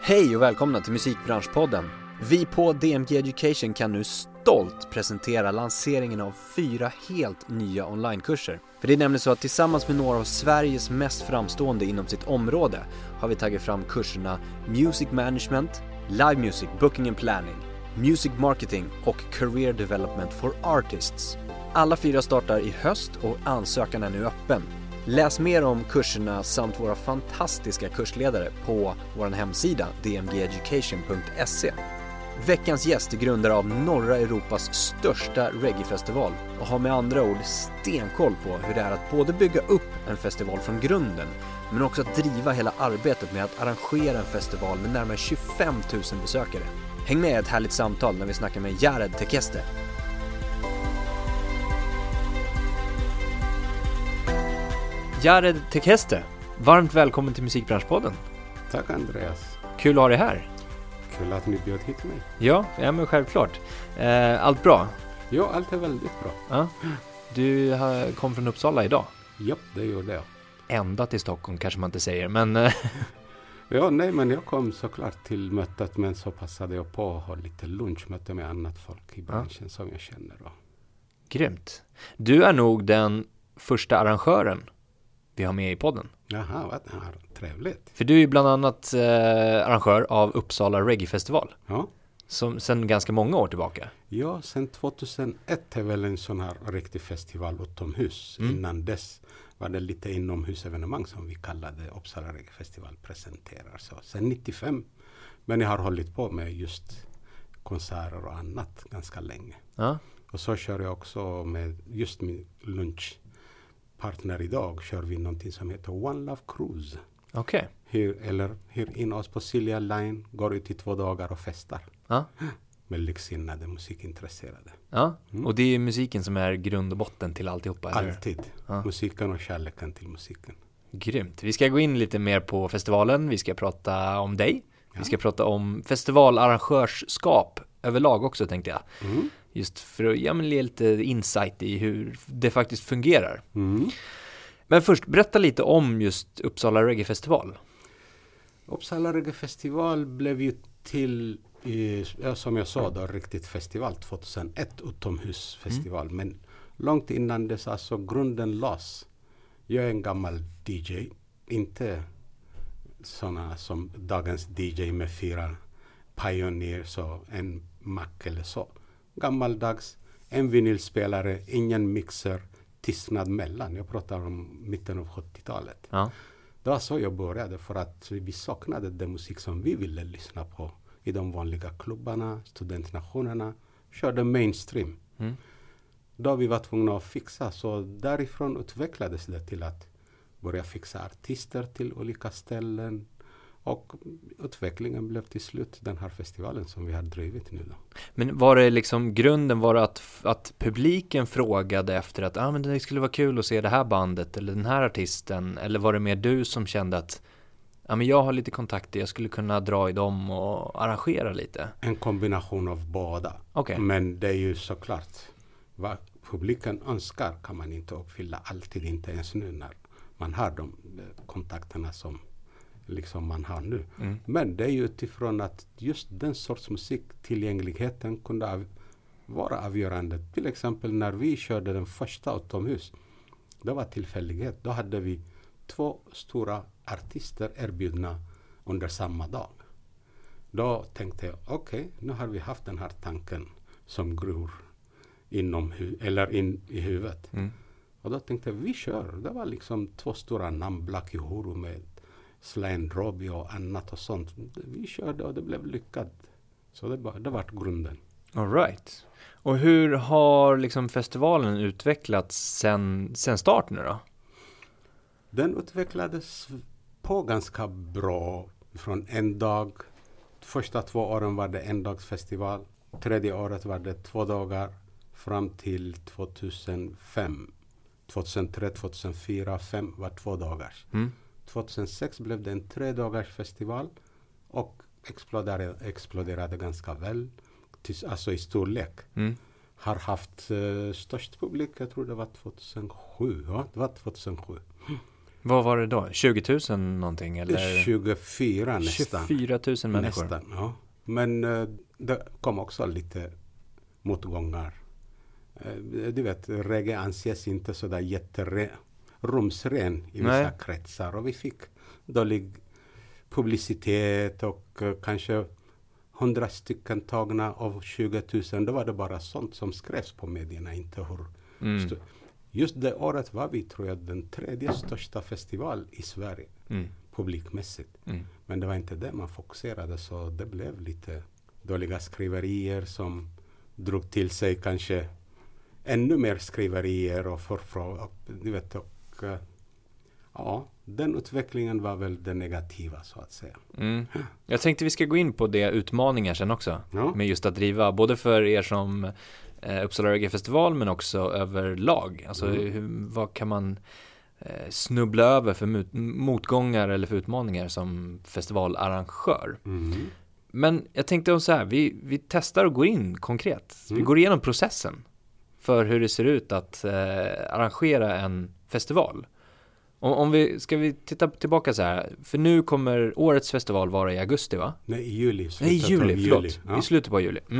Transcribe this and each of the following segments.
Hej och välkomna till Musikbranschpodden. Vi på DMG Education kan nu stolt presentera lanseringen av 4 helt nya onlinekurser. För det är nämligen så att tillsammans med några av Sveriges mest framstående inom sitt område har vi tagit fram kurserna Music Management, Live Music Booking and Planning, Music Marketing och Career Development for Artists. Alla 4 startar i höst och ansökan är nu öppen. Läs mer om kurserna samt våra fantastiska kursledare på vår hemsida dmgeducation.se. Veckans gäst är grundare av norra Europas största reggae-festival och har med andra ord stenkoll på hur det är att både bygga upp en festival från grunden men också att driva hela arbetet med att arrangera en festival med närmare 25 000 besökare. Häng med i ett härligt samtal när vi snackar med Jared Tekeste. Jared Tekeste, varmt välkommen till Musikbranschpodden. Tack Andreas. Kul att ha dig här. Kul att ni bjöd hit mig. Ja men självklart. Allt bra? Ja, allt är väldigt bra. Ja. Du kom från Uppsala idag? Ja, det gjorde jag. Ända till Stockholm kanske man inte säger, men... Ja, nej, men jag kom såklart till mötet, men så passade jag på att ha lite lunchmöte med annat folk i branschen som jag känner. Då. Grymt. Du är nog den första arrangören vi har med i podden. Jaha, vad trevligt. För du är ju bland annat arrangör av Uppsala Reggae-festival. Ja. Som sen ganska många år tillbaka. Ja, sen 2001 är väl en sån här riktig festival utomhus. Innan dess var det lite inomhusevenemang som vi kallade Uppsala Reggae-festival presenterar. Så sen 95. Men jag har hållit på med just konserter och annat ganska länge. Ja. Och så kör jag också med just min lunchpartner idag. Kör vi någonting som heter One Love Cruise. Okej. Hyr in oss på Silja Line, går ut i 2 dagar och festar. Ja. Med lyxinnade musikintresserade. Ja, och det är musiken som är grund och botten till alltihopa, eller? Alltid. Ja. Musiken och kärleken till musiken. Grymt. Vi ska gå in lite mer på festivalen. Vi ska prata om dig. Ja. Vi ska prata om festivalarrangörskap överlag också, tänkte jag. Just för att ge lite insight i hur det faktiskt fungerar. Men först, berätta lite om just Uppsala Reggae-festival. Uppsala Reggae-festival blev ju till, som jag sa då, riktigt festival 2001, utomhusfestival. Men långt innan dess, alltså grunden lades. Jag är en gammal DJ, inte sådana som dagens DJ med 4 Pioneers och en Mac eller så. Gammaldags, en vinylspelare, ingen mixer, tystnad mellan. Jag pratar om mitten av 70-talet. Ja. Det var så jag började, för att vi saknade den musik som vi ville lyssna på i de vanliga klubbarna, studentnationerna. Körde mainstream. Då vi var tvungna att fixa, så därifrån utvecklades det till att börja fixa artister till olika ställen. Och utvecklingen blev till slut den här festivalen som vi har drivit nu då. Men var det liksom grunden, var det att publiken frågade efter att men det skulle vara kul att se det här bandet eller den här artisten, eller var det mer du som kände att men jag har lite kontakter, jag skulle kunna dra i dem och arrangera lite? En kombination av båda. Okay. Men det är ju såklart vad publiken önskar kan man inte uppfylla alltid, inte ens nu när man har de kontakterna som liksom man har nu. Men det är ju utifrån att just den sorts musik, tillgängligheten kunde vara avgörande. Till exempel när vi körde den första utomhus, det var tillfällighet. Då hade vi 2 stora artister erbjudna under samma dag. Då tänkte jag, okej, nu har vi haft den här tanken som gror in i huvudet. Och då tänkte jag, vi kör. Det var liksom 2 stora namn, Black Uhuru med Sly and Robbie och annat och sånt. Vi körde och det blev lyckat. Så det var grunden. All right. Och hur har liksom festivalen utvecklats sen start nu då? Den utvecklades på ganska bra. Från en dag. Första 2 åren var det en dagsfestival. 3:e året var det 2 dagar. Fram till 2005. 2003, 2004, 2005 var 2 dagars. 2006 blev det en 3 dagars festival och exploderade ganska väl, alltså i storlek. Har haft störst publik, jag tror det var 2007. Ja, det var 2007. Vad var det då? 20 000 någonting? Eller? 24 nästan. 24 000 människor. Nästan, ja. Men det kom också lite motgångar. Du vet, reggae anses inte sådär rumsren i vissa kretsar. Och vi fick dålig publicitet och kanske 100 stycken tagna av 20 000. Då var det bara sånt som skrevs på medierna, inte hur. Just det året var vi, tror jag, den 3:e största festival i Sverige. Publikmässigt. Men det var inte det man fokuserade, så det blev lite dåliga skriverier som drog till sig kanske ännu mer skriverier och förfrågningar. Du vet, ja, den utvecklingen var väl det negativa, så att säga. Jag tänkte vi ska gå in på det utmaningar sen också. Ja. Med just att driva, både för er som Uppsala Reggae Festival, men också överlag. Alltså vad kan man snubbla över för motgångar eller för utmaningar som festivalarrangör. Men jag tänkte så här, vi testar och går in konkret. Vi går igenom processen för hur det ser ut att arrangera en festival. Ska vi titta tillbaka så här, för nu kommer årets festival vara i augusti, va? Nej, i juli. Förlåt. Ja. I slutet på juli.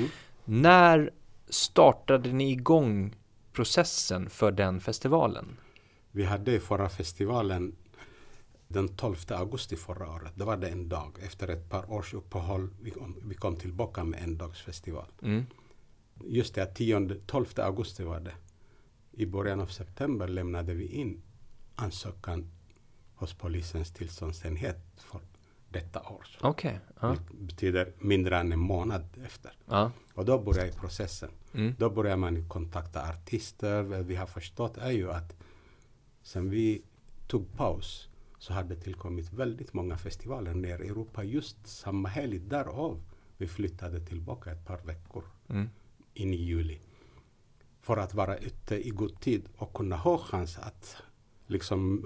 När startade ni igång processen för den festivalen? Vi hade i förra festivalen den 12 augusti förra året. Det var det en dag. Efter ett par års uppehåll vi kom tillbaka med en dagsfestival. Just det, 12 augusti var det. I början av september lämnade vi in ansökan hos polisens tillståndsenhet för detta år. Okej. Det betyder mindre än en månad efter. Och då börjar processen. Då börjar man kontakta artister. Vi har förstått är ju att sen vi tog paus så hade det tillkommit väldigt många festivaler ner i Europa just samma helg. Därav vi flyttade tillbaka ett par veckor in i juli. För att vara ute i god tid och kunna ha chans att liksom,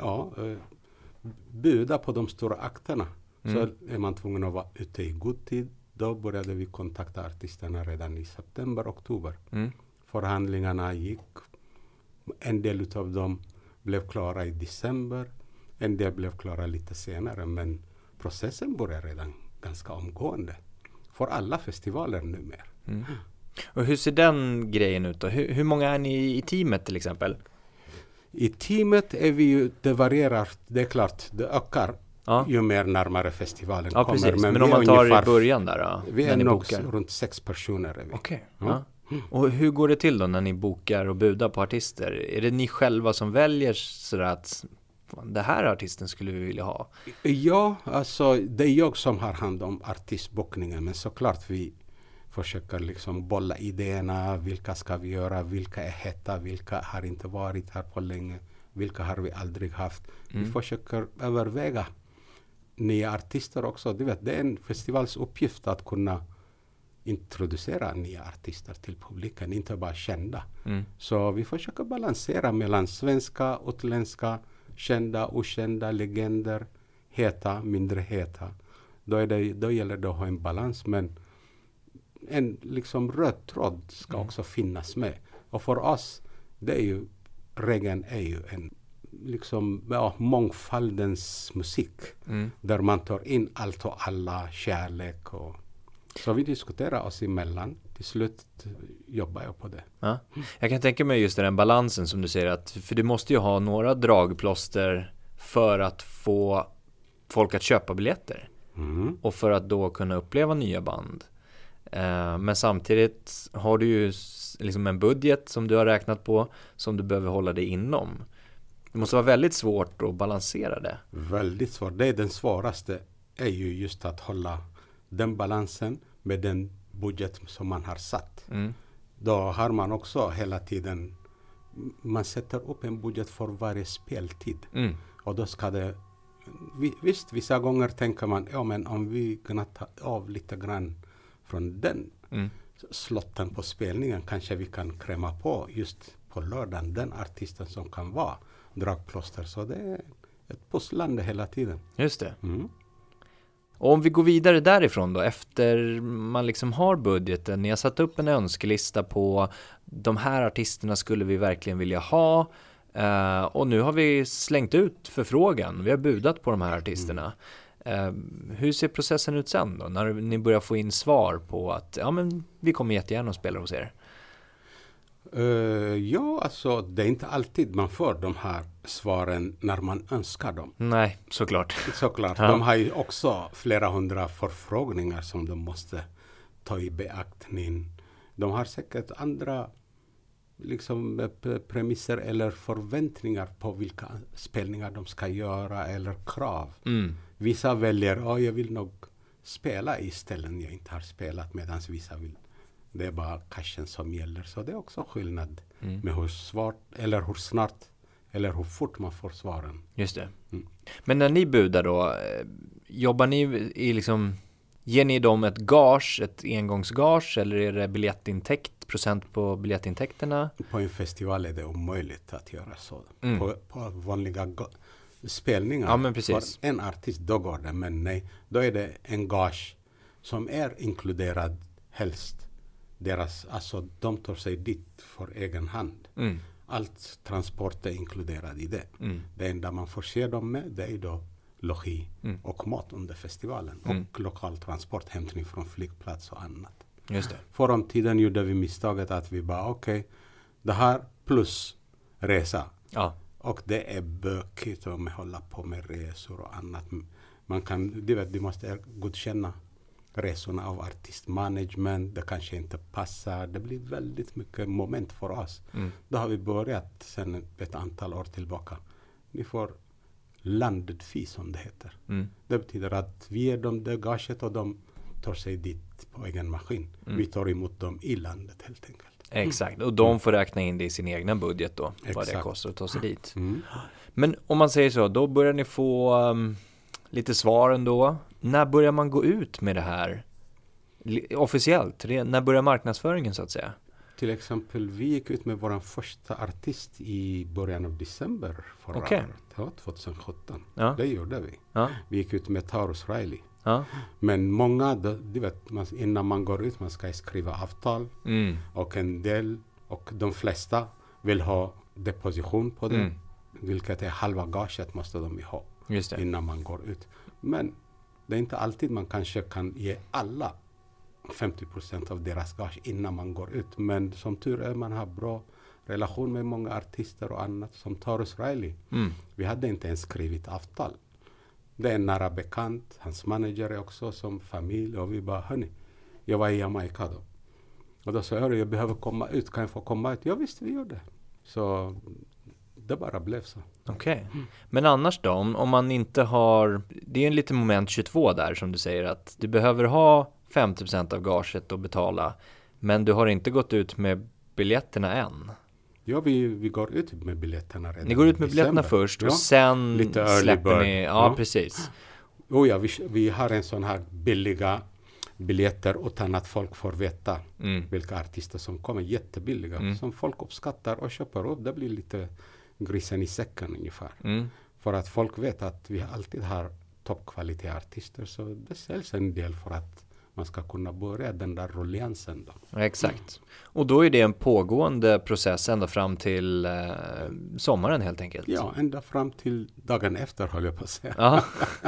buda på de stora akterna. Så är man tvungen att vara ute i god tid. Då började vi kontakta artisterna redan i september, oktober. Förhandlingarna gick. En del av dem blev klara i december. En del blev klara lite senare. Men processen började redan ganska omgående. För alla festivaler numera. Och hur ser den grejen ut då? Hur många är ni i teamet till exempel? I teamet är vi ju, det varierar, det är klart, det ökar ju mer närmare festivalen kommer. Precis. Men om man tar i början där då? Vi är nog runt 6 personer. Är vi. Okej. Och hur går det till då när ni bokar och budar på artister? Är det ni själva som väljer sådär att det här artisten skulle vi vilja ha? Ja, alltså det är jag som har hand om artistbokningen, men såklart vi försöker liksom bolla idéerna, vilka ska vi göra, vilka är heta, vilka har inte varit här på länge, vilka har vi aldrig haft. Vi försöker överväga nya artister också. Du vet, det är en festivals uppgift att kunna introducera nya artister till publiken, inte bara kända. Så vi försöker balansera mellan svenska, utländska, kända, okända, legender, heta, mindre heta. Då gäller det att ha en balans, men en liksom röd tråd ska också finnas med. Och för oss, det är ju, reggae är ju en liksom mångfaldens musik. Där man tar in allt och alla, kärlek och så vi diskuterar oss emellan. Till slut jobbar jag på det. Ja. Jag kan tänka mig just den balansen som du säger, att för du måste ju ha några dragplåster för att få folk att köpa biljetter. Och för att då kunna uppleva nya band. Men samtidigt har du ju liksom en budget som du har räknat på som du behöver hålla dig inom. Det måste vara väldigt svårt att balansera det. Väldigt svårt. Det är den svåraste, är ju just att hålla den balansen med den budget som man har satt. Då har man också hela tiden, man sätter upp en budget för varje speltid. Och då ska det, visst, vissa gånger tänker man, men om vi kan ta av lite grann från den slotten på spelningen, kanske vi kan kräma på just på lördagen den artisten som kan vara dragplåster. Så det är ett pusslande hela tiden. Just det. Och om vi går vidare därifrån då, efter man liksom har budgeten, ni har satt upp en önskelista på de här artisterna skulle vi verkligen vilja ha. Och nu har vi slängt ut förfrågan. Vi har budat på de här artisterna. Hur ser processen ut sen då? När ni börjar få in svar på att men vi kommer jättegärna att spela hos er. Alltså det är inte alltid man får de här svaren när man önskar dem. Nej, såklart. Såklart. Ja. De har ju också flera hundra förfrågningar som de måste ta i beaktning. De har säkert andra liksom premisser eller förväntningar på vilka spelningar de ska göra eller krav. Vissa väljer, jag vill nog spela i ställen jag inte har spelat, medan vissa vill. Det är bara cashen som gäller. Så det är också skillnad med hur svårt eller hur snart eller hur fort man får svaren. Just det. Men när ni budar då, jobbar ni i liksom, ger ni dem ett gage, ett engångsgage, eller är det biljettintäkt, procent på biljettintäkterna? På en festival är det omöjligt att göra så. På vanliga spelningar. Ja, men precis. För en artist, då går det. Men nej, då är det en gage som är inkluderad helst. Alltså de tar sig dit för egen hand. Allt transport är inkluderat i det. Det enda man får se dem med, det är då logi och mat under festivalen. Och lokal transport, hämtning från flygplats och annat. Just det. För om tiden gjorde vi misstaget att vi bara det här plus resa. Ja. Och det är bökigt att hålla på med resor och annat. Man kan, du måste godkänna resorna av artistmanagement. Det kanske inte passar. Det blir väldigt mycket moment för oss. Då har vi börjat sedan ett antal år tillbaka. Ni får landed fee som det heter. Det betyder att vi ger dem det gaget och de tar sig dit på egen maskin. Vi tar emot dem i landet helt enkelt. Exakt, och de får räkna in det i sin egna budget då. Vad det kostar att ta sig dit. Men om man säger så, då börjar ni få lite svar ändå. När börjar man gå ut med det här officiellt? När börjar marknadsföringen så att säga? Till exempel, vi gick ut med vår första artist i början av december förra året. 2017. Ja. Det gjorde vi. Ja. Vi gick ut med Tarus Riley. Ja. Men många, du vet, innan man går ut, man ska skriva avtal. Och en del, och de flesta vill ha deposition på det. Vilket är halva gaget måste de ha innan man går ut. Men det är inte alltid man kanske kan ge alla 50% av deras gage innan man går ut. Men som tur är, man har bra relation med många artister och annat. Som Tarus Riley. Vi hade inte ens skrivit avtal. Det är en nära bekant. Hans manager är också som familj. Och vi bara, hörni, jag var i Jamaica då. Och då sa jag behöver komma ut. Kan jag få komma ut? Ja visst, vi gör det. Så det bara blev så. Okej. Men annars då, om man inte har, det är en liten moment 22 där som du säger, att du behöver ha 50% av gaget att betala, men du har inte gått ut med biljetterna än. Ja, vi går ut med biljetterna redan. Ni går ut med biljetterna först och sen lite släpper ni. Ja, precis. Vi har en sån här billiga biljetter utan att folk får veta vilka artister som kommer. Jättebilliga. Som folk uppskattar och köper upp. Det blir lite grisen i säcken ungefär. För att folk vet att vi alltid har toppkvalitet artister. Så det säljs en del för att man ska kunna börja den där rulliansen då. Exakt. Och då är det en pågående process ända fram till sommaren helt enkelt. Ja, ända fram till dagen efter höll jag på att säga.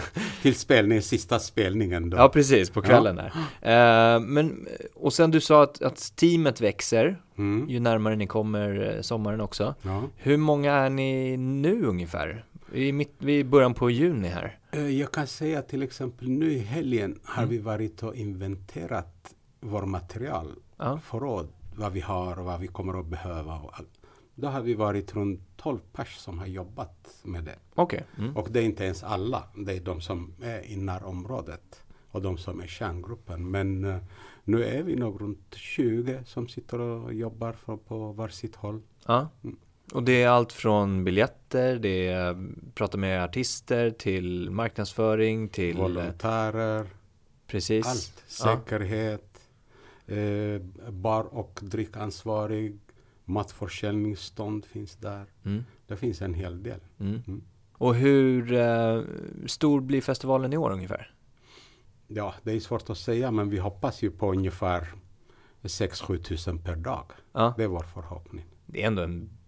Till sista spelningen då. Ja, precis, på kvällen där. Men, och sen du sa att teamet växer ju närmare ni kommer sommaren också. Ja. Hur många är ni nu ungefär? Vi är början på juni här. Jag kan säga till exempel nu i helgen har vi varit och inventerat vår material. Förråd, vad vi har och vad vi kommer att behöva. Då har vi varit runt 12 pers som har jobbat med det. Okay. Och det är inte ens alla. Det är de som är i närområdet och de som är kärngruppen. Men nu är vi nog runt 20 som sitter och jobbar på varsitt håll. Ja. Och det är allt från biljetter, det är prata med artister till marknadsföring till volontärer. Precis. Allt. Säkerhet, bar- och drickansvarig, matförsäljningsstånd finns där. Det finns en hel del. Och hur stor blir festivalen i år ungefär? Ja, det är svårt att säga, men vi hoppas ju på ungefär 6-7 tusen per dag. Det är vår förhoppning. Det är ändå en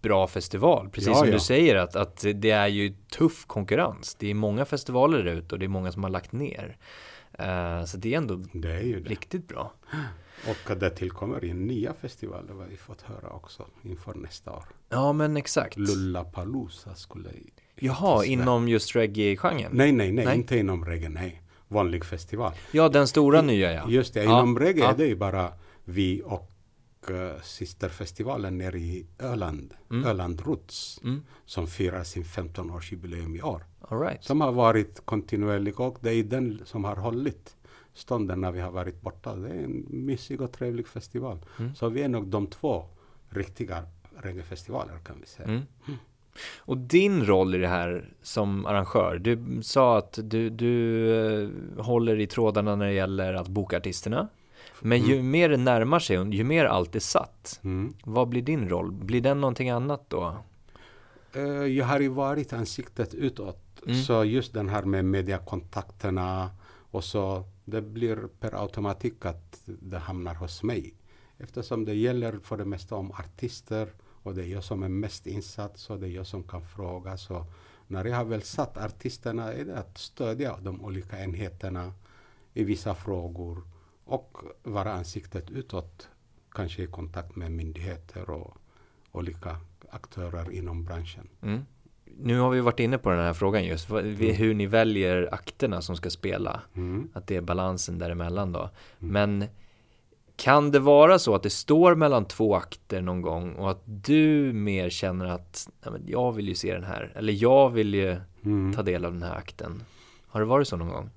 bra festival. Precis som du säger att det är ju tuff konkurrens. Det är många festivaler där ute och det är många som har lagt ner. Så det är ändå riktigt bra. Och det tillkommer i nya festivaler, vad vi fått höra också inför nästa år. Ja, men exakt. Lollapalooza skulle... Jaha, inom just reggae-genren? Nej, inte inom reggae, nej. Vanlig festival. Ja, den stora nya, ja. Just det, inom reggae är det ju bara vi och systerfestivalen nere i Öland, Öland Roots, som firar sin 15-årsjubileum i år. All right. Som har varit kontinuerlig och det är den som har hållit stånden när vi har varit borta. Det är en mysig och trevlig festival. Så vi är nog de 2 riktiga reggae-festivaler kan vi säga. Och din roll i det här som arrangör, du sa att du håller i trådarna när det gäller att boka artisterna. Men ju mer det närmar sig, ju mer allt är satt. Vad blir din roll? Blir den någonting annat då? Jag har ju varit ansiktet utåt. Så just den här med mediakontakterna och så, det blir per automatik att det hamnar hos mig. Eftersom det gäller för det mesta om artister och det är jag som är mest insatt, så det är jag som kan fråga. Så när jag har väl satt artisterna är det att stödja de olika enheterna i vissa frågor och vara ansiktet utåt, kanske i kontakt med myndigheter och olika aktörer inom branschen. Nu har vi varit inne på den här frågan just, hur ni väljer akterna som ska spela. Att det är balansen däremellan då. Men kan det vara så att det står mellan 2 akter någon gång och att du mer känner att jag vill ju se den här, eller jag vill ju ta del av den här akten? Har det varit så någon gång?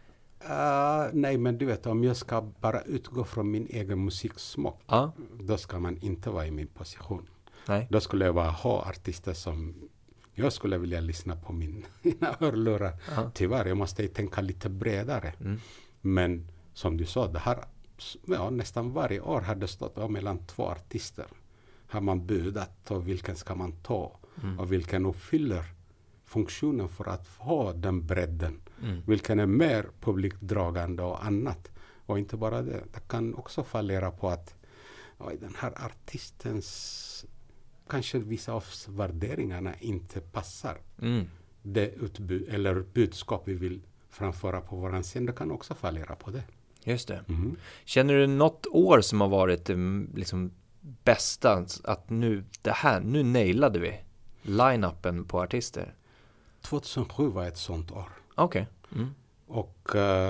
Nej, men du vet, om jag ska bara utgå från min egen musiksmak, då ska man inte vara i min position. Nej. Då skulle jag bara ha artister som jag skulle vilja lyssna på mina hörlurar. Tyvärr, jag måste tänka lite bredare. Men som du sa, det här nästan varje år har det stått mellan 2 artister. Har man budat och vilken ska man ta? Och vilken uppfyller funktionen för att ha den bredden. Vilken är mer publikdragande och annat. Och inte bara det. Det kan också fallera på att den här artistens kanske vissa av värderingarna inte passar. Det eller budskap vi vill framföra på våran scen. Det kan också fallera på det. Just det. Känner du något år som har varit liksom bästa, att nu nailade vi line-upen på artister? 2007 var ett sånt år. Okej. Och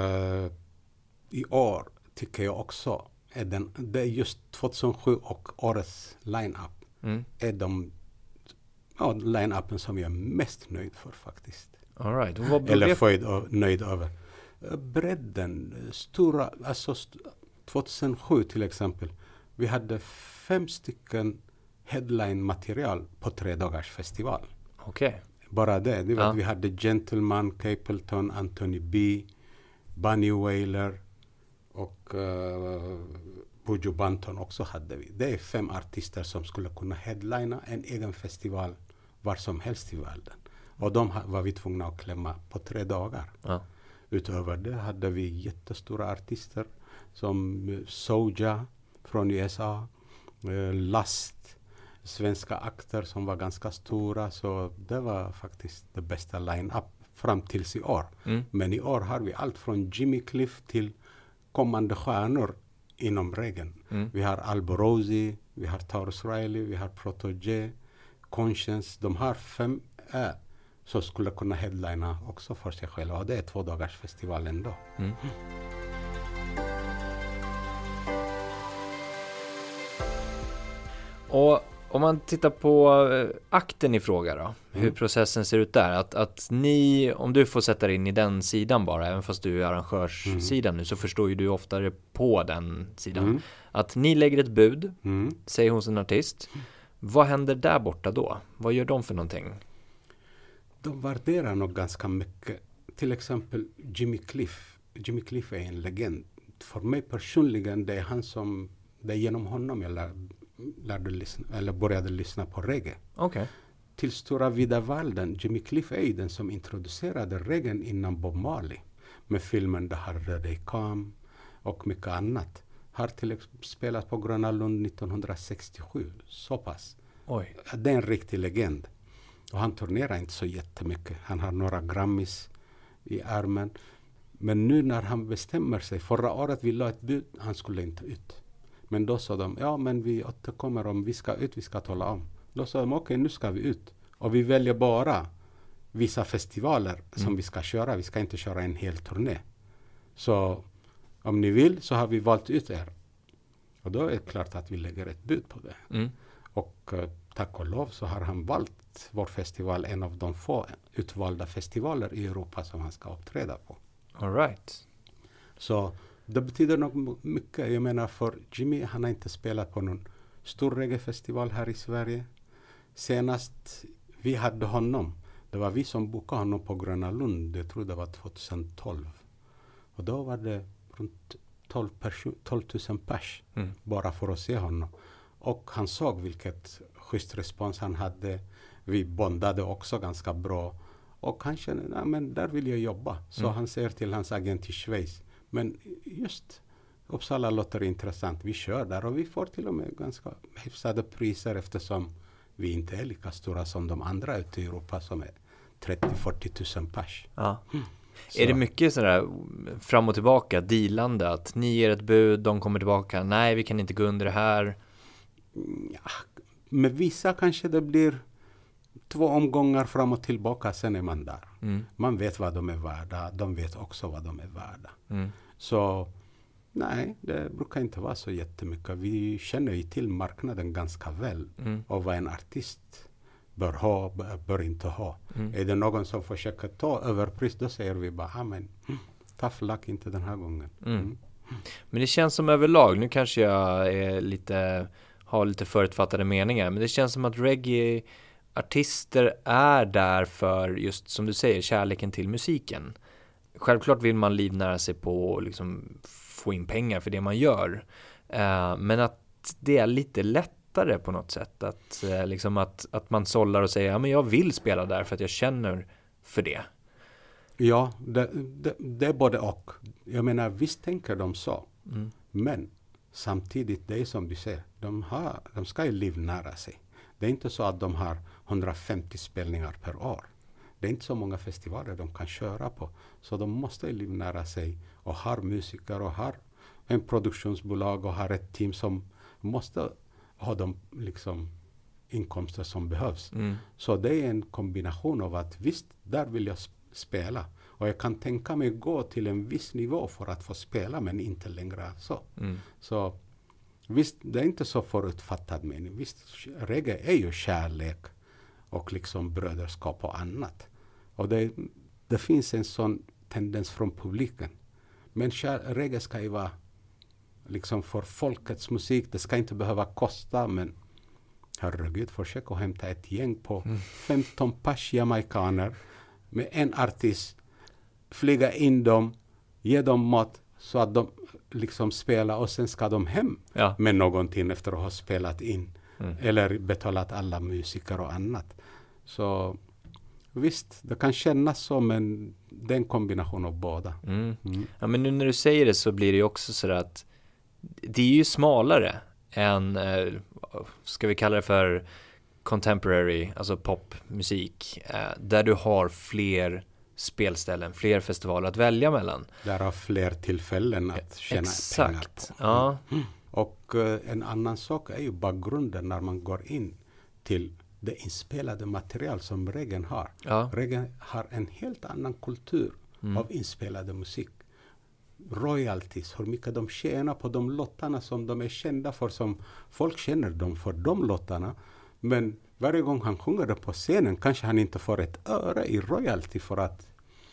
i år tycker jag också det är just 2007 och årets line-up är de line-upen som jag är mest nöjd för faktiskt. All right. Eller nöjd över. Bredden, stora, alltså 2007 till exempel, vi hade 5 stycken headline-material på 3 dagars festival. Okej. Bara det var, vi hade Gentleman, Capleton, Anthony B, Bunny Wailer och Buju Banton också hade vi. Det är 5 artister som skulle kunna headlina en egen festival var som helst i världen. Och de var vi tvungna att klämma på 3 dagar. Utöver det hade vi jättestora artister som Soulja från USA, Last, svenska akter som var ganska stora. Så det var faktiskt det bästa line-up fram tills i år. Men i år har vi allt från Jimmy Cliff till kommande stjärnor inom reggae. Vi har Alborosi, vi har Taurus Riley, vi har Protoje, Conscience. De här 5 så skulle kunna headlina också för sig själva. Och det är 2 dagars festival ändå. Och om man tittar på akten i fråga då, hur processen ser ut där, att ni, om du får sätta in i den sidan bara, även fast du är arrangörssidan nu, så förstår ju du oftare på den sidan, att ni lägger ett bud, säger hos en artist. Vad händer där borta då? Vad gör de för någonting? De värderar nog ganska mycket. Till exempel Jimmy Cliff. Jimmy Cliff är en legend. För mig personligen, det är genom honom jag började lyssna på reggae. Okay. Till stora vida världen, Jimmy Cliff är den som introducerade reggae innan Bob Marley. Med filmen The Harder They Come och mycket annat. Har till exempel spelat på Gröna Lund 1967. Så pass. Oj. Det är en riktig legend. Och han turnerar inte så jättemycket. Han har några Grammys i armen. Men nu när han bestämmer sig, förra året vi la ett bud, han skulle inte ut. Men då sa de, ja men vi återkommer om vi ska ut, vi ska tala om. Då sa de, okej, nu ska vi ut. Och vi väljer bara vissa festivaler som vi ska köra. Vi ska inte köra en hel turné. Så om ni vill så har vi valt ut er. Och då är det klart att vi lägger ett bud på det. Mm. Och tack och lov så har han valt vår festival, en av de få utvalda festivaler i Europa som han ska uppträda på. All right. Så det betyder nog mycket. Jag menar för Jimmy, han har inte spelat på någon stor reggae-festival här i Sverige. Senast vi hade honom, det var vi som bokade honom på Gröna Lund. Jag tror det var 2012. Och då var det runt 12 000 pers bara för att se honom. Och han såg vilket schysst respons han hade. Vi bondade också ganska bra. Och han kände, nej men där vill jag jobba. Så han säger till hans agent i Schweiz, men just Uppsala låter intressant. Vi kör där och vi får till och med ganska hyfsade priser eftersom vi inte är lika stora som de andra ute i Europa som är 30-40 000 pers. Ja. Är det mycket sådär fram och tillbaka, dealande, att ni ger ett bud, de kommer tillbaka, nej vi kan inte gå under det här? Ja, med vissa kanske det blir 2 omgångar fram och tillbaka, sen är man där. Man vet vad de är värda, de vet också vad de är värda. Så nej, det brukar inte vara så jättemycket. Vi känner ju till marknaden ganska väl och vad en artist bör ha, bör inte ha. Är det någon som försöker ta överpris, då säger vi bara, men tough luck, inte den här gången. Men det känns som överlag, nu kanske jag är har lite förutfattade meningar, men det känns som att reggae-artister är där för, just som du säger, kärleken till musiken. Självklart vill man livnära sig på att liksom få in pengar för det man gör. Men att det är lite lättare på något sätt. Att man sållar och säger, ja men jag vill spela där för att jag känner för det. Ja, det är både och. Jag menar, visst tänker de så. Men samtidigt, det är som du säger, de ska ju livnära sig. Det är inte så att de har 150 spelningar per år. Det är inte så många festivaler de kan köra på. Så de måste livnära sig och har musiker och har en produktionsbolag och har ett team som måste ha de liksom inkomster som behövs. Så det är en kombination av att visst, där vill jag spela. Och jag kan tänka mig gå till en viss nivå för att få spela, men inte längre så. Så visst, det är inte så förutfattad mening. Visst, reggae är ju kärlek och liksom bröderskap och annat. Och det finns en sån tendens från publiken. Men reggae ska ju vara liksom för folkets musik. Det ska inte behöva kosta, men herregud, försök att hämta ett gäng på 15 pers jamaikaner med en artist, flyga in dem, ge dem mat så att de liksom spelar och sen ska de hem med någonting efter att ha spelat in eller betalat alla musiker och annat. Så visst, det kan kännas som en kombination av båda. Ja, men nu när du säger det så blir det ju också så att det är ju smalare än, ska vi kalla det för contemporary, alltså popmusik, där du har fler spelställen, fler festivaler att välja mellan. Där har fler tillfällen att tjäna pengar på. Ja. Och en annan sak är ju bakgrunden när man går in till det inspelade material som reggae har. Reggae har en helt annan kultur av inspelade musik. Royalties, hur mycket de tjänar på de låtarna som de är kända för, som folk känner dem för de låtarna. Men varje gång han sjunger det på scenen kanske han inte får ett öre i royalty, för att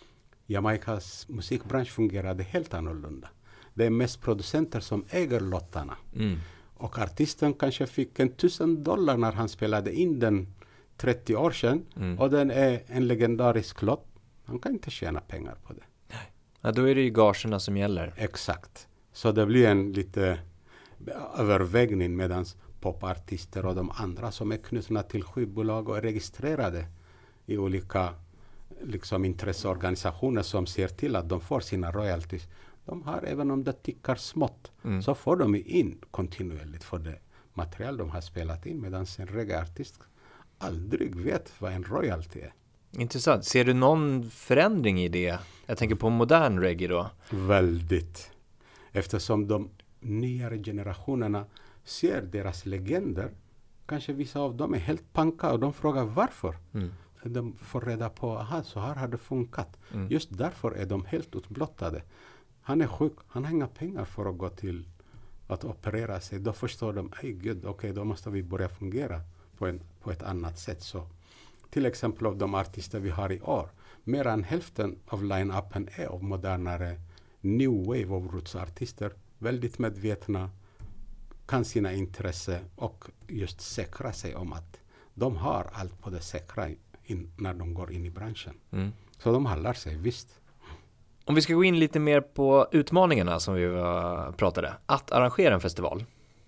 Jamaikas musikbransch fungerade helt annorlunda. Det är mest producenter som äger låtarna. Och artisten kanske fick $1,000 när han spelade in den 30 år sedan. Och den är en legendarisk låt. Han kan inte tjäna pengar på det. Ja, då är det ju gagerna som gäller. Exakt. Så det blir en lite övervägning, medan popartister och de andra som är knutna till skivbolag och är registrerade i olika liksom intresseorganisationer som ser till att de får sina royalties. De har, även om det tickar smått, så får de in kontinuerligt för det material de har spelat in, medan en reggaeartist aldrig vet vad en royalty är. Intressant. Ser du någon förändring i det? Jag tänker på modern reggae då. Väldigt. Eftersom de nyare generationerna ser deras legender, kanske vissa av dem är helt panka och de frågar varför. De får reda på, aha, så här har det funkat. Just därför är de helt utblottade. Han är sjuk, han har inga pengar för att gå till att operera sig. Då förstår de, gud, okej, då måste vi börja fungera på ett annat sätt. Så till exempel av de artister vi har i år, mer än hälften av line-upen är av modernare new wave av rootsartister, väldigt medvetna, kan sina intressen och just säkra sig om att de har allt på det säkra när de går in i branschen. Så de håller sig, visst. Om vi ska gå in lite mer på utmaningarna som vi pratade, att arrangera en festival.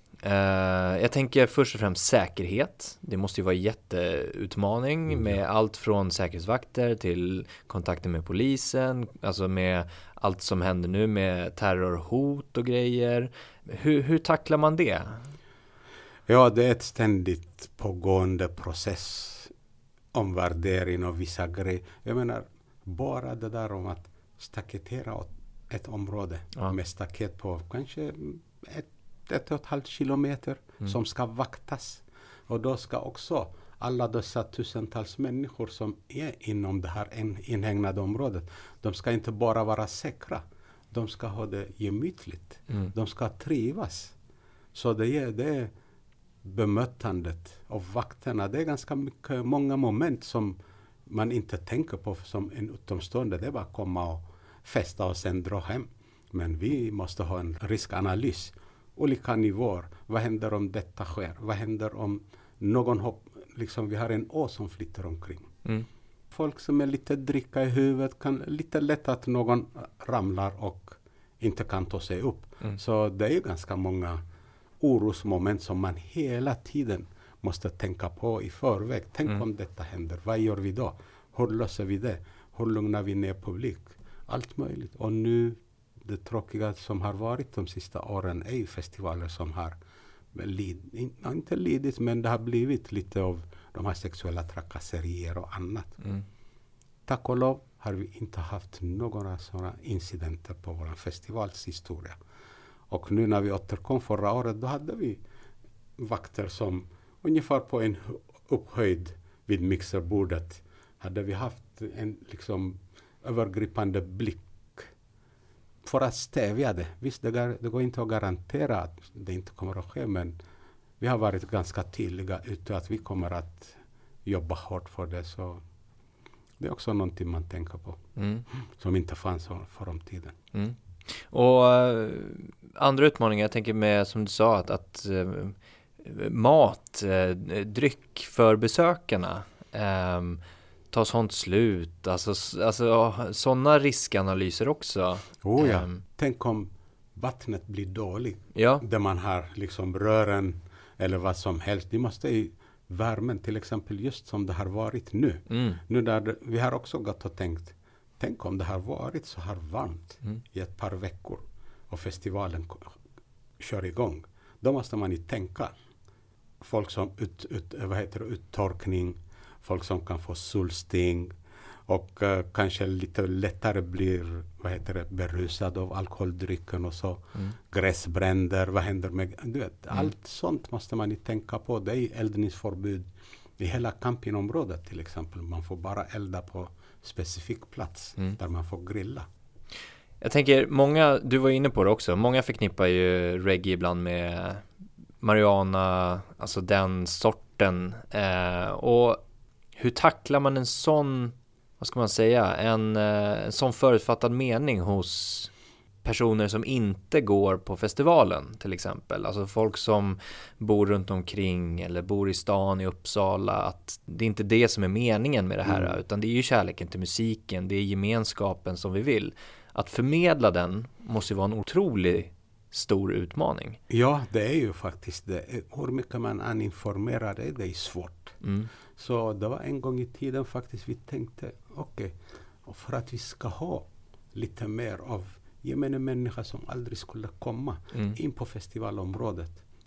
Jag tänker först och främst säkerhet. Det måste ju vara en jätteutmaning med allt från säkerhetsvakter till kontakter med polisen, alltså med allt som händer nu med terrorhot och grejer. Hur tacklar man det? Ja, det är ett ständigt pågående process, omvärdering och vissa grejer. Jag menar, bara det där om att staketera ett område med staket på kanske 1,5 kilometer som ska vaktas. Och då ska också alla dessa tusentals människor som är inom det här inhägnade området, de ska inte bara vara säkra. De ska ha det gemytligt. De ska trivas. Så det är bemötandet av vakterna. Det är ganska många moment som man inte tänker på som en utomstående. Det är bara att komma och festa och sen dra hem. Men vi måste ha en riskanalys. Olika nivåer. Vad händer om detta sker? Vad händer om någon vi har en å som flyttar omkring. Folk som är lite dricka i huvudet kan lite lätt att någon ramlar och inte kan ta sig upp. Så det är ganska många orosmoment som man hela tiden måste tänka på i förväg. Tänk om detta händer. Vad gör vi då? Hur löser vi det? Hur lugnar vi ner publik? Allt möjligt. Och nu, det tråkiga som har varit de sista åren är ju festivaler som har inte lidit, men det har blivit lite av de här sexuella trakasserier och annat. Tack och lov har vi inte haft några sådana incidenter på vår festivalshistoria. Och nu när vi återkom förra året, då hade vi vakter som ungefär på en upphöjd vid mixerbordet hade vi haft en övergripande blick för att stävja det. Visst, det går inte att garantera att det inte kommer att ske, men vi har varit ganska tydliga ute att vi kommer att jobba hårt för det. Så det är också någonting man tänker på som inte fanns för tiden. Och andra utmaningar, jag tänker med som du sa att mat, dryck för besökarna tar sånt slut, alltså sådana riskanalyser också. Tänk om vattnet blir dåligt, ja. Där man har rören eller vad som helst. Det måste ju värmen, till exempel just som det har varit nu. Nu där vi har också gått och tänk om det har varit så här varmt i ett par veckor och festivalen kör igång. Då måste man ju tänka. Folk som uttorkning, folk som kan få solsting och kanske lite lättare blir berusad av alkoholdrycken och så. Gräsbränder, vad händer med... allt sånt måste man ju tänka på. Det är eldningsförbud i hela campingområdet till exempel. Man får bara elda på specifik plats där man får grilla. Jag tänker, många, du var inne på det också, många förknippar ju reggae ibland med marijuana, alltså den sorten. Och hur tacklar man en sån, vad ska man säga, en sån förutfattad mening hos personer som inte går på festivalen till exempel? Alltså folk som bor runt omkring eller bor i stan i Uppsala, att det är inte det som är meningen med det här, utan det är ju kärleken till musiken, det är gemenskapen som vi vill. Att förmedla den måste ju vara en otroligt stor utmaning. Ja, det är ju faktiskt det. Hur mycket man än informerar det är svårt. Så det var en gång i tiden faktiskt vi tänkte, okej, för att vi ska ha lite mer av gemene människa som aldrig skulle komma in på festivalområdet.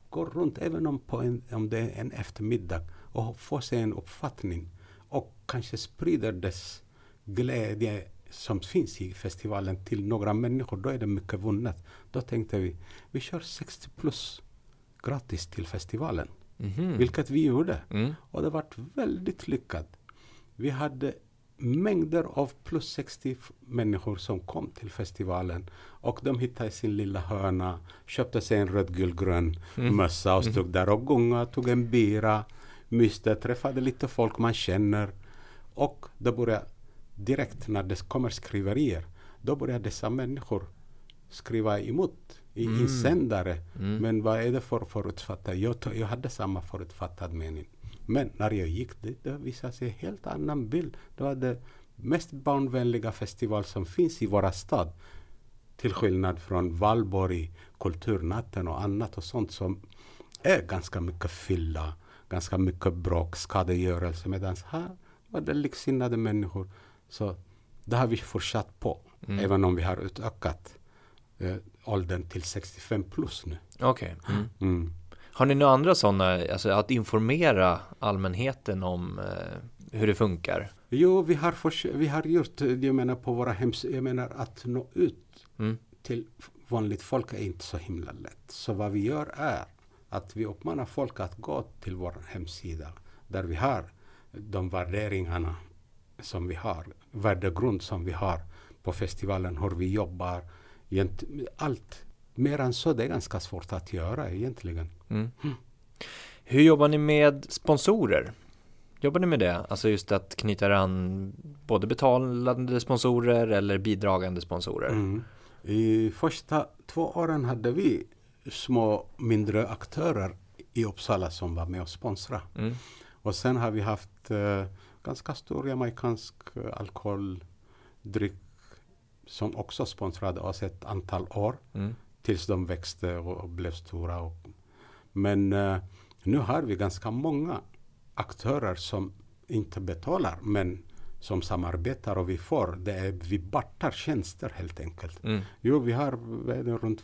gå runt även om det är en eftermiddag och få sig en uppfattning och kanske sprider dess glädje som finns i festivalen till några människor, då är det mycket vunnet. Då tänkte vi kör 60 plus gratis till festivalen. Vilket vi gjorde. Och det var väldigt lyckat. Vi hade mängder av plus 60 människor som kom till festivalen. Och de hittade sin lilla hörna, köpte sig en röd, gul, grön mössa och stod där och gunga, tog en bira, myste, träffade lite folk man känner. Och det började direkt när det kommer skriverier, då börjar dessa människor skriva emot i insändare. Men vad är det för förutfattad? Jag hade samma förutfattad mening. Men när jag gick dit, det visade sig en helt annan bild. Det var det mest barnvänliga festival som finns i våra stad. Till skillnad från Valborg, Kulturnatten och annat och sånt som är ganska mycket fylla, ganska mycket bråk, skadegörelse. Medan här var det liksinnade människor. Så det har vi fortsatt på. Även om vi har utökat åldern till 65 plus nu. Okej. Har ni några andra sådana, alltså att informera allmänheten om hur det funkar? Jo, vi har gjort, jag menar på våra hemsidor, jag menar att nå ut till vanligt folk är inte så himla lätt. Så vad vi gör är att vi uppmanar folk att gå till vår hemsida där vi har de värderingarna som vi har, värdegrund som vi har på festivalen, hur vi jobbar, allt. Mer än så, det är ganska svårt att göra egentligen. Hur jobbar ni med sponsorer? Jobbar ni med det? Alltså just att knyta an både betalande sponsorer eller bidragande sponsorer? I första 2 åren hade vi små mindre aktörer i Uppsala som var med och sponsra. Och sen har vi haft ganska stor jamaikansk alkoholdryck som också sponsrade oss ett antal år. Tills de växte och blev stora. Men nu har vi ganska många aktörer som inte betalar men som samarbetar och vi bartar tjänster helt enkelt. Jo, vi har runt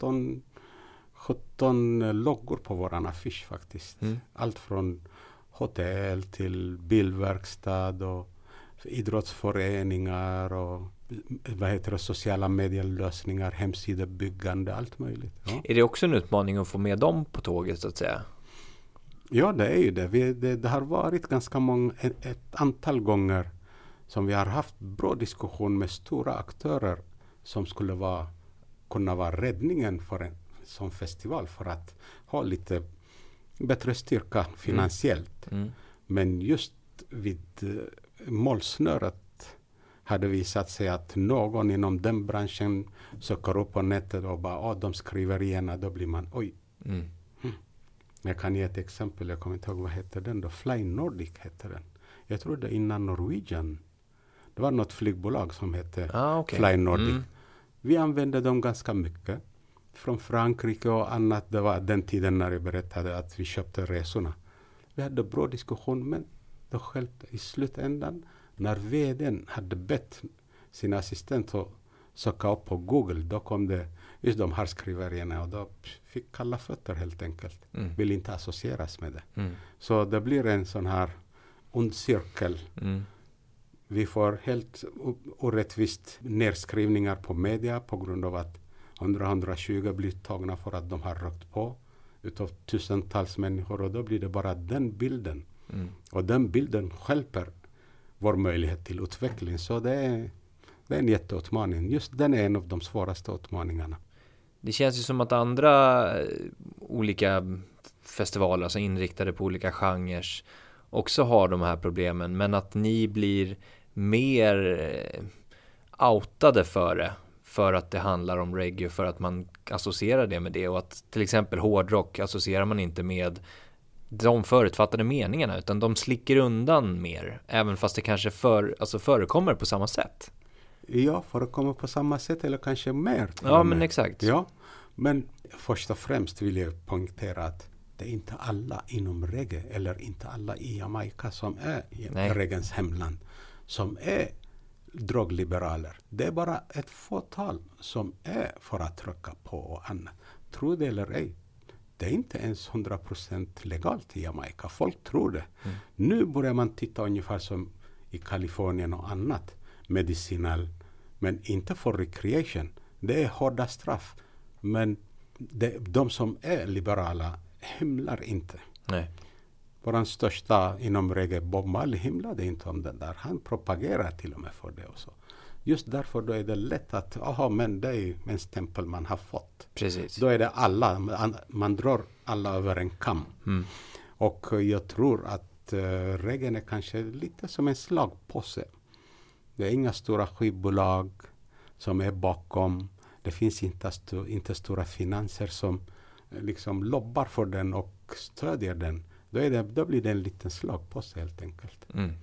15-17 loggor på våran affisch faktiskt. Allt från hotell till bilverkstad och idrottsföreningar och sociala medielösningar, hemsidebyggande, allt möjligt. Ja. Är det också en utmaning att få med dem på tåget så att säga? Ja, det är ju det. Det har varit ganska ett antal gånger som vi har haft bra diskussion med stora aktörer som skulle kunna vara räddningen för en sån festival för att ha lite bättre styrka finansiellt. Men just vid målsnöret hade visat sig att någon inom den branschen söker upp på nätet och bara, de skriver igen, då blir man, oj. Jag kan ge ett exempel, jag kommer inte ihåg vad hette den då, Fly Nordic hette den. Jag tror det innan Norwegian. Det var något flygbolag som hette Fly Nordic. Vi använde dem ganska mycket. Från Frankrike och annat, det var den tiden när jag berättade att vi köpte resorna. Vi hade bra diskussion, men det sköljde i slutändan. När vdn hade bett sin assistent att söka upp på Google, då kom det just de här skriverierna och då fick kalla fötter helt enkelt. Vill inte associeras med det. Så det blir en sån här ond cirkel. Vi får helt orättvist nedskrivningar på media på grund av att 100-120 blir tagna för att de har rökt på utav tusentals människor och då blir det bara den bilden. Och den bilden stjälper vår möjlighet till utveckling. Så det är en jätteutmaning. Just den är en av de svåraste utmaningarna. Det känns ju som att andra olika festivaler, alltså inriktade på olika genrer, också har de här problemen. Men att ni blir mer outade för att det handlar om reggae, för att man associerar det med det. Och att till exempel hårdrock associerar man inte med de förutfattade meningarna, utan de slicker undan mer, även fast det kanske förekommer på samma sätt. Ja, förekommer på samma sätt eller kanske mer. Ja, men exakt. Ja, men först och främst vill jag poängtera att det är inte alla inom reggae eller inte alla i Jamaica som är reggaens hemland som är drogliberaler. Det är bara ett fåtal som är för att trycka på och annat. Tro det eller ej. det är inte ens 100% legalt i Jamaica. Folk tror det. Nu börjar man titta ungefär som i Kalifornien och annat. Medicinal, men inte för recreation. Det är hårda straff. Men de som är liberala hymlar inte. Nej. Vår största inom reggae, Bob Marley, hymlade inte om det där. Han propagerar till och med för det också. Just därför då är det lätt att, men det är en stämpel man har fått. Precis. Då är det alla, man drar alla över en kam. Och jag tror att reggae är kanske lite som en slagpåse. Det är inga stora skivbolag som är bakom. Det finns inte stora finanser som liksom lobbar för den och stödjer den. Då blir det en liten slagpåse helt enkelt.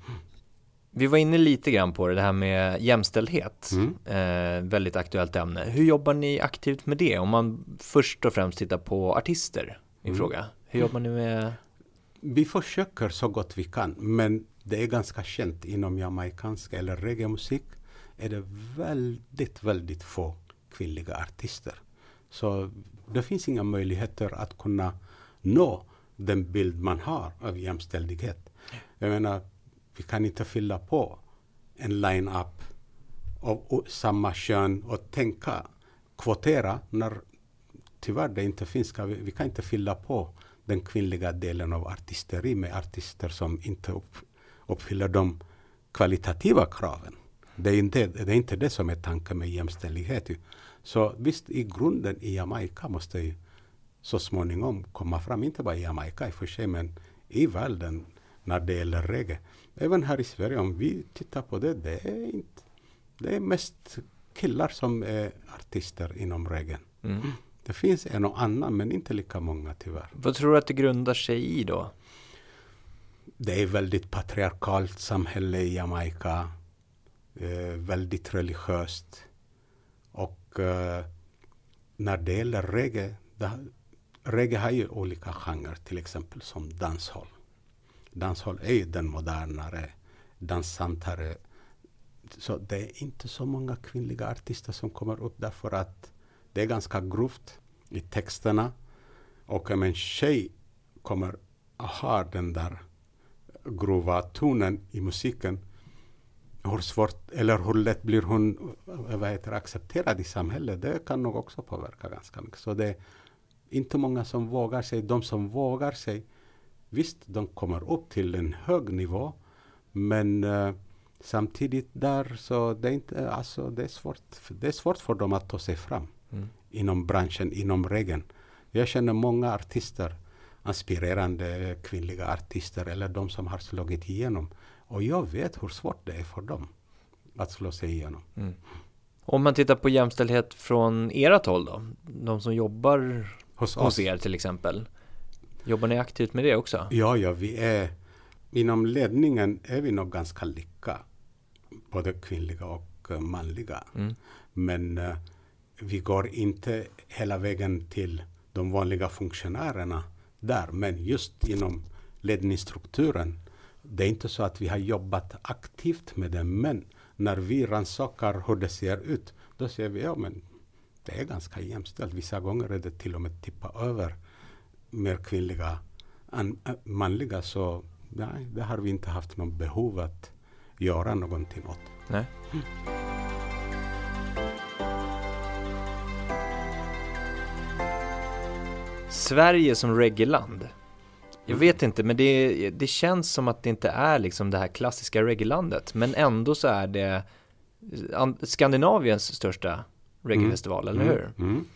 Vi var inne lite grann på det här med jämställdhet. Väldigt aktuellt ämne. Hur jobbar ni aktivt med det? Om man först och främst tittar på artister i fråga. Hur jobbar ni med? Vi försöker så gott vi kan. Men det är ganska känt inom jamaikanska eller reggae-musik. Är det väldigt, väldigt få kvinnliga artister. Så det finns inga möjligheter att kunna nå den bild man har av jämställdhet. Jag menar, vi kan inte fylla på en line-up av samma kön och tänka, kvotera när tyvärr det inte finns. Vi kan inte fylla på den kvinnliga delen av artisteri med artister som inte uppfyller de kvalitativa kraven. Det är inte det som är tanken med jämställdhet. Så visst, i grunden i Jamaica måste ju så småningom komma fram, inte bara i Jamaica i och för sig, men i världen när det gäller reggae. Även här i Sverige, om vi tittar på det, det är mest killar som är artister inom reggae. Det finns en och annan, men inte lika många tyvärr. Vad tror du att det grundar sig i då? Det är väldigt patriarkalt samhälle i Jamaica. Väldigt religiöst. Och när det gäller reggae har ju olika genrer, till exempel som dancehall. Dancehall är ju den modernare, dansantare. Så det är inte så många kvinnliga artister som kommer upp därför att det är ganska grovt i texterna. Och om en tjej kommer att ha den där grova tonen i musiken, hur svårt eller hur lätt blir hon accepterad i samhället, det kan nog också påverka ganska mycket. Så det är inte många som vågar sig. De som vågar sig, visst, de kommer upp till en hög nivå, men samtidigt där så det är inte, alltså det är svårt för dem att ta sig fram inom branschen, inom reggae. Jag känner många artister, aspirerande kvinnliga artister eller de som har slagit igenom. Och jag vet hur svårt det är för dem att slå sig igenom. Om man tittar på jämställdhet från ert håll då, de som jobbar hos er till exempel. Jobbar ni aktivt med det också? Ja, vi är inom ledningen är vi nog ganska lika. Både kvinnliga och manliga. Men vi går inte hela vägen till de vanliga funktionärerna där. Men just inom ledningsstrukturen, det är inte så att vi har jobbat aktivt med det. Men när vi rannsakar hur det ser ut, då ser vi, men det är ganska jämställt. Vissa gånger är det till och med tippa över mer kvinnliga än manliga. Så nej, det har vi inte haft någon behov att göra någonting åt. Nej. Sverige som reggae-land. Jag vet inte, men det känns som att det inte är liksom det här klassiska reggae-landet. Men ändå så är det Skandinaviens största reggae-festival, eller hur?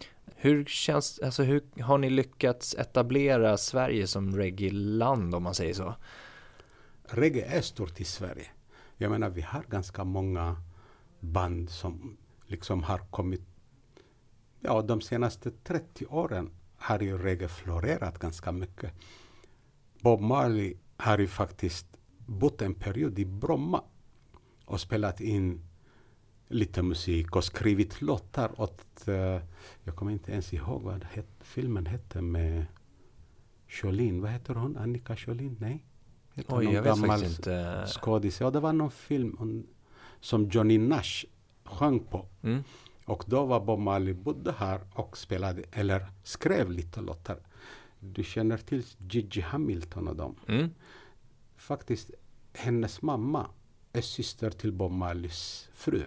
Hur har ni lyckats etablera Sverige som reggae-land, om man säger så? Reggae är stort i Sverige. Jag menar, vi har ganska många band som liksom har kommit, de senaste 30 åren har ju reggae florerat ganska mycket. Bob Marley har ju faktiskt bott en period i Bromma och spelat in lite musik och skrivit låtar åt, jag kommer inte ens ihåg vad filmen hette med Jolene. Vad heter hon? Annika Jolene? Nej. Jag vet faktiskt inte. Skådis. Ja, det var någon film som Johnny Nash sjöng på. Och då var Bob Marley bodde här och spelade eller skrev lite låtar. Du känner till Gigi Hamilton och dem. Faktiskt, hennes mamma är syster till Bob Marleys fru.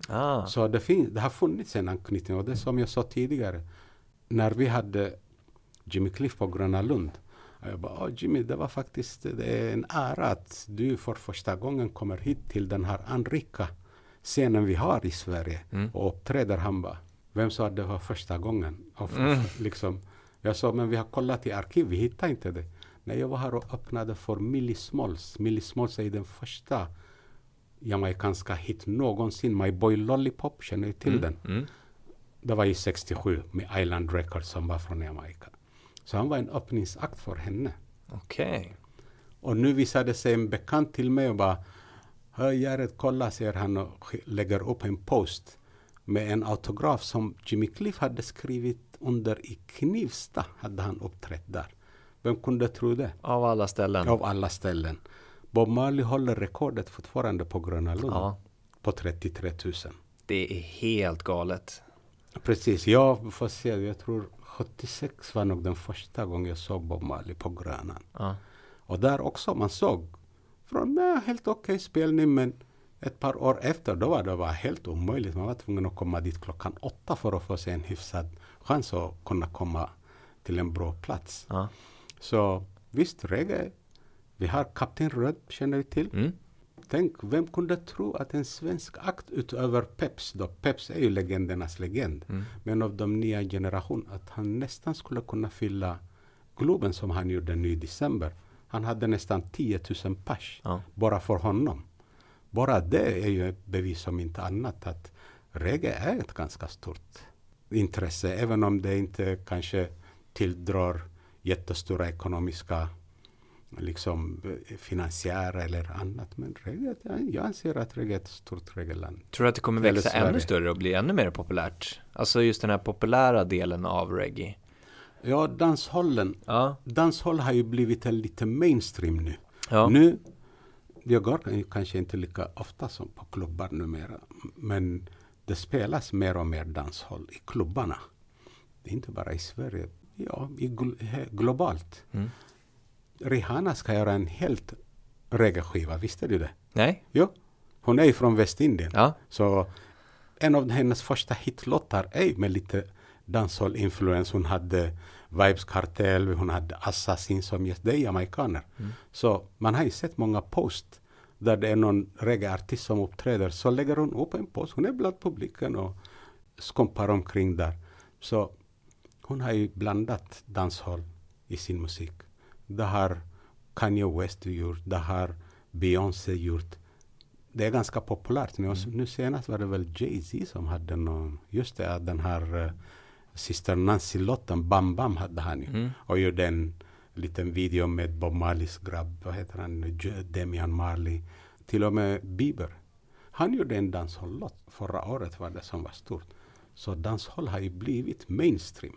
Så det har funnits en anknytning. Och det som jag sa tidigare, när vi hade Jimmy Cliff på Gröna Lund. Jag bara, Jimmy, det är en ära att du för första gången kommer hit till den här anrika scenen vi har i Sverige och uppträder. Han bara, vem sa att det var första gången? Liksom, jag sa, men vi har kollat i arkiv, vi hittar inte det. Nej, jag var här och öppnade för Millie Smalls. Millie Smalls är den första jamaikanska hit någonsin. My Boy Lollipop, känner ni till den? Det var i 67 med Island Records som var från Jamaica. Så han var en öppningsakt för henne. Okej. Och nu visade sig en bekant till mig och bara, hej Jared, kolla, säger han och lägger upp en post med en autograf som Jimmy Cliff hade skrivit under i Knivsta, hade han uppträtt där. Vem kunde tro det? Av alla ställen. Av alla ställen. Bob Marley håller rekordet fortfarande på Gröna Lund. På 33 000. Det är helt galet. Precis, jag får se, jag tror 76 var nog den första gången jag såg Bob Marley på Grönan. Och där också man såg från helt okej spelning, men ett par år efter då var det helt omöjligt. Man var tvungen att komma dit 8:00 för att få sig en hyfsad chans att kunna komma till en bra plats. Så visst, reggae. Vi har Kapten Röd, känner vi till. Tänk, vem kunde tro att en svensk akt utöver Peps, då Peps är ju legendernas legend, men av de nya generation, att han nästan skulle kunna fylla Globen som han gjorde nu i december. Han hade nästan 10 000 pers bara för honom. Bara det är ju ett bevis som inte annat att reggae är ett ganska stort intresse, även om det inte kanske tilldrar jättestora ekonomiska liksom finansiära eller annat, men reggae, jag anser att reggae är ett stort reggaeland. Tror du att det kommer växa ännu större och bli ännu mer populärt? Alltså just den här populära delen av reggae. Ja, danshåll har ju blivit lite mainstream nu. Ja. Nu, jag går kanske inte lika ofta som på klubbar numera, men det spelas mer och mer danshåll i klubbarna. Det är inte bara i Sverige, globalt. Rihanna ska göra en helt reggae-skiva, visste du det? Nej. Jo, hon är från Västindien. Ja. Så en av hennes första hitlåtar är med lite dancehall-influens. Hon hade Vibes Kartel, hon hade Assassin som gäst. Det är jamaikaner. Så man har ju sett många post där det är någon reggae-artist som uppträder. Så lägger hon upp en post. Hon är bland publiken och skompar omkring där. Så hon har ju blandat dancehall i sin musik. Det har Kanye West gjort, det har Beyoncé gjort. Det är ganska populärt. Nu senast var det väl Jay-Z som hade den här Sister Nancy-låten, Bam Bam hade han ju. Och gjorde en liten video med Bob Marleys grabb, vad heter han, Damian Marley. Till och med Bieber. Han gjorde en dancehall-låt. Förra året var det som var stort. Så dancehall har ju blivit mainstream.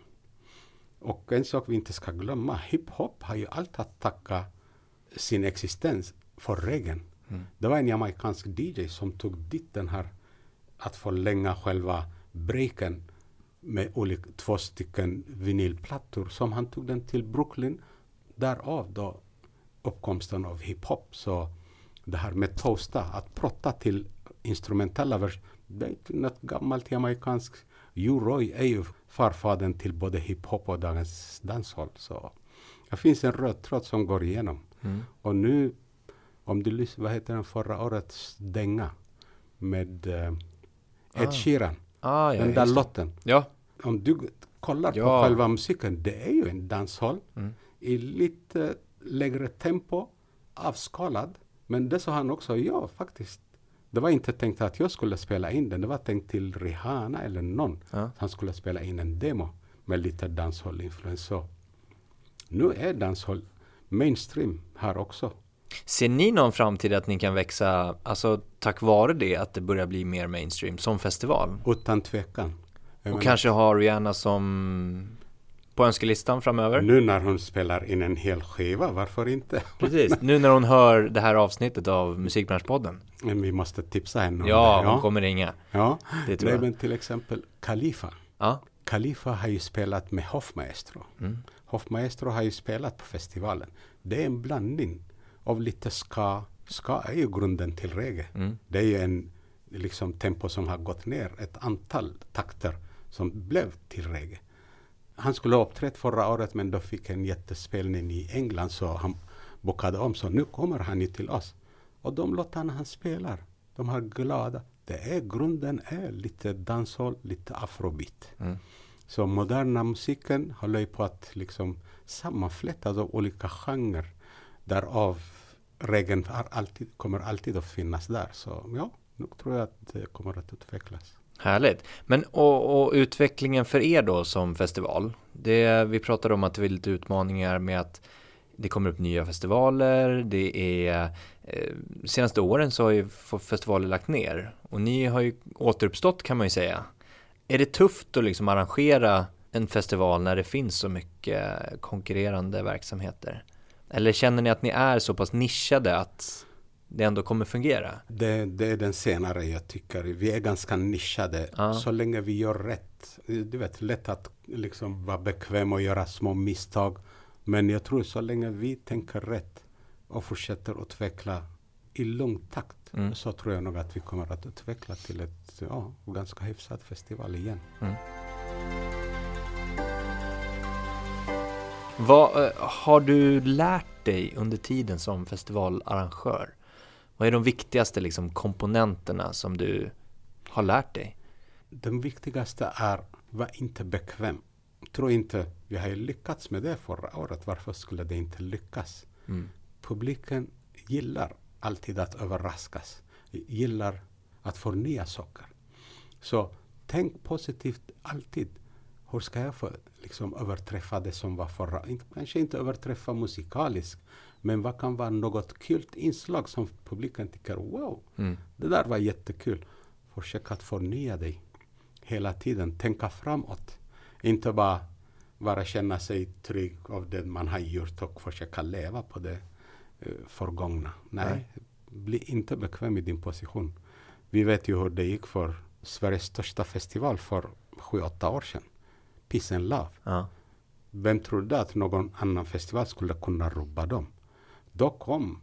Och en sak vi inte ska glömma, hiphop har ju alltid tackat sin existens för reggae. Det var en jamaikansk DJ som tog dit den här att förlänga själva breaken med 2 stycken vinylplattor som han tog den till Brooklyn. Därav då uppkomsten av hiphop. Så det här med toasta, att prata till instrumentella det är något gammalt jamaikanskt. U-Roy är ju farfaden till både hiphop och dagens dancehall. Så det finns en röd tråd som går igenom. Och nu, om du lyssnar, vad heter den förra årets dänga med Ed Sheeran. Den där låten. Ja. Om du kollar på själva musiken, det är ju en dancehall i lite lägre tempo, avskalad. Men det sa han också, faktiskt. Det var inte tänkt att jag skulle spela in den. Det var tänkt till Rihanna eller någon. Han skulle spela in en demo med lite dancehall-influens. Så nu är dancehall mainstream här också. Ser ni någon framtid att ni kan växa, alltså tack vare det, att det börjar bli mer mainstream som festival? Utan tvekan. Och kanske har Rihanna som på önskelistan framöver? Nu när hon spelar in en hel skiva, varför inte? Precis, nu när hon hör det här avsnittet av Musikbranschpodden. Men vi måste tipsa henne om det. Ja, hon kommer ringa. Ja, det tror jag. Men till exempel Khalifa. Khalifa har ju spelat med Hofmaestro. Hofmaestro har ju spelat på festivalen. Det är en blandning av lite ska. Ska är ju grunden till reggae. Det är ju en liksom tempo som har gått ner ett antal takter som blev till reggae. Han skulle ha uppträtt förra året, men då fick en jättespelning i England, så han bokade om, så nu kommer han ju till oss. Och de låtarna han spelar, de har glada. Grunden är lite dancehall, lite afrobeat. Så moderna musiken håller ju på att liksom sammanflätas av olika genrer. Därav reggae kommer alltid att finnas där. Så ja, nu tror jag att det kommer att utvecklas. Härligt. Men och utvecklingen för er då som festival? Vi pratade om att det är lite utmaningar med att det kommer upp nya festivaler. Det är senaste åren så har ju festivaler lagt ner. Och ni har ju återuppstått, kan man ju säga. Är det tufft att liksom arrangera en festival när det finns så mycket konkurrerande verksamheter? Eller känner ni att ni är så pass nischade att det ändå kommer fungera? Det är den senare, jag tycker. Vi är ganska nischade. Så länge vi gör rätt. Du vet, lätt att liksom vara bekväm och göra små misstag. Men jag tror så länge vi tänker rätt och fortsätter utveckla i lugn takt, så tror jag nog att vi kommer att utveckla till ett ganska hyfsat festival igen. Vad har du lärt dig under tiden som festivalarrangör? Vad är de viktigaste liksom komponenterna som du har lärt dig? Den viktigaste är, var inte bekväm. Tror inte, vi har ju lyckats med det förra året. Varför skulle det inte lyckas? Publiken gillar alltid att överraskas. Gillar att få nya saker. Så tänk positivt alltid. Hur ska jag få liksom överträffa det som var förra? Kanske inte överträffa musikaliskt. Men vad kan vara något kul inslag som publiken tycker, wow, det där var jättekul. Försök att förnya dig hela tiden. Tänka framåt. Inte bara känna sig trygg av det man har gjort och försöka leva på det förgångna. Nej, bli inte bekväm i din position. Vi vet ju hur det gick för Sveriges största festival för 7-8 år sedan. Peace and Love. Vem trodde att någon annan festival skulle kunna rubba dem? Då kom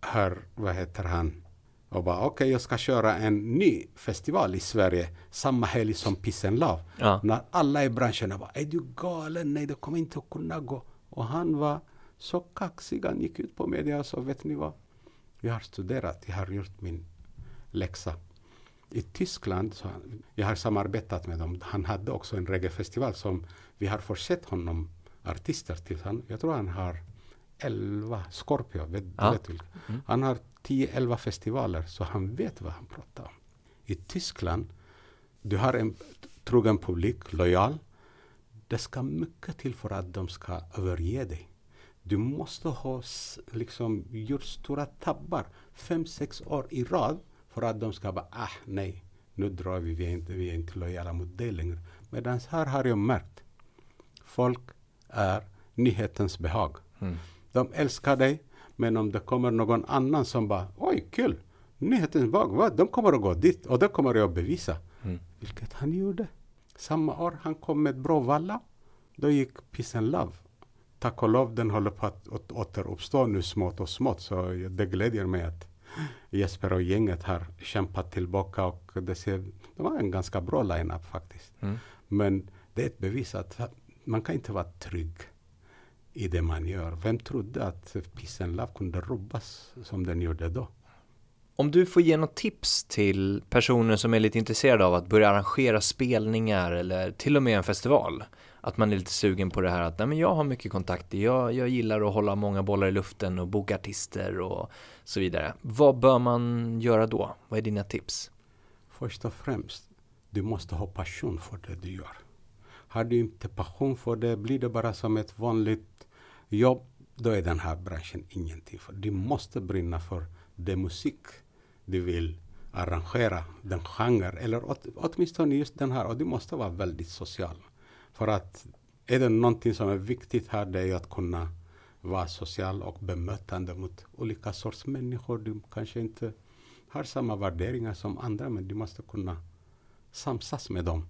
han och bara okej, jag ska köra en ny festival i Sverige samma helg som Peace and Love. När alla i branschen var, är du galen? Nej, det kommer inte att kunna gå. Och han var så kaxig, han gick ut på media och sa, vet ni vad? Jag har studerat, jag har gjort min läxa. I Tyskland, så jag har samarbetat med dem. Han hade också en reggae-festival som vi har försett honom artister till. Jag tror han har 11, Scorpio, han har 10-11 festivaler, så han vet vad han pratar om. I Tyskland, du har en trogen publik, lojal. Det ska mycket till för att de ska överge dig. Du måste ha liksom gjort stora tabbar 5-6 år i rad för att de ska bara, nej, nu drar vi är inte lojala mot dig längre. Medan här har jag märkt, folk är nyhetens behag. De älskar dig, men om det kommer någon annan som bara, oj, kul, nyhetens behag, vad? De kommer att gå dit och det kommer jag att bevisa. Vilket han gjorde. Samma år han kom med Bråvalla, då gick Peace and Love. Tack och lov, den håller på att återuppstå nu smått och smått, så det glädjer mig att Jesper och gänget har kämpat tillbaka, och det var en ganska bra line-up faktiskt. Men det är ett bevis att man kan inte vara trygg i det man gör. Vem trodde att Peace and Love kunde rubbas som den gjorde då? Om du får ge något tips till personer som är lite intresserade av att börja arrangera spelningar eller till och med en festival. Att man är lite sugen på det här att nej, men jag har mycket kontakter. Jag gillar att hålla många bollar i luften och boka artister och så vidare. Vad bör man göra då? Vad är dina tips? Först och främst, du måste ha passion för det du gör. Har du inte passion för det, blir det bara som ett vanligt jobb, då är den här branschen ingenting för. Du måste brinna för det musik du vill arrangera, den genre, eller åtminstone just den här. Och du måste vara väldigt social. För att är det någonting som är viktigt här, det är att kunna vara social och bemötande mot olika sorts människor. Du kanske inte har samma värderingar som andra, men du måste kunna samsas med dem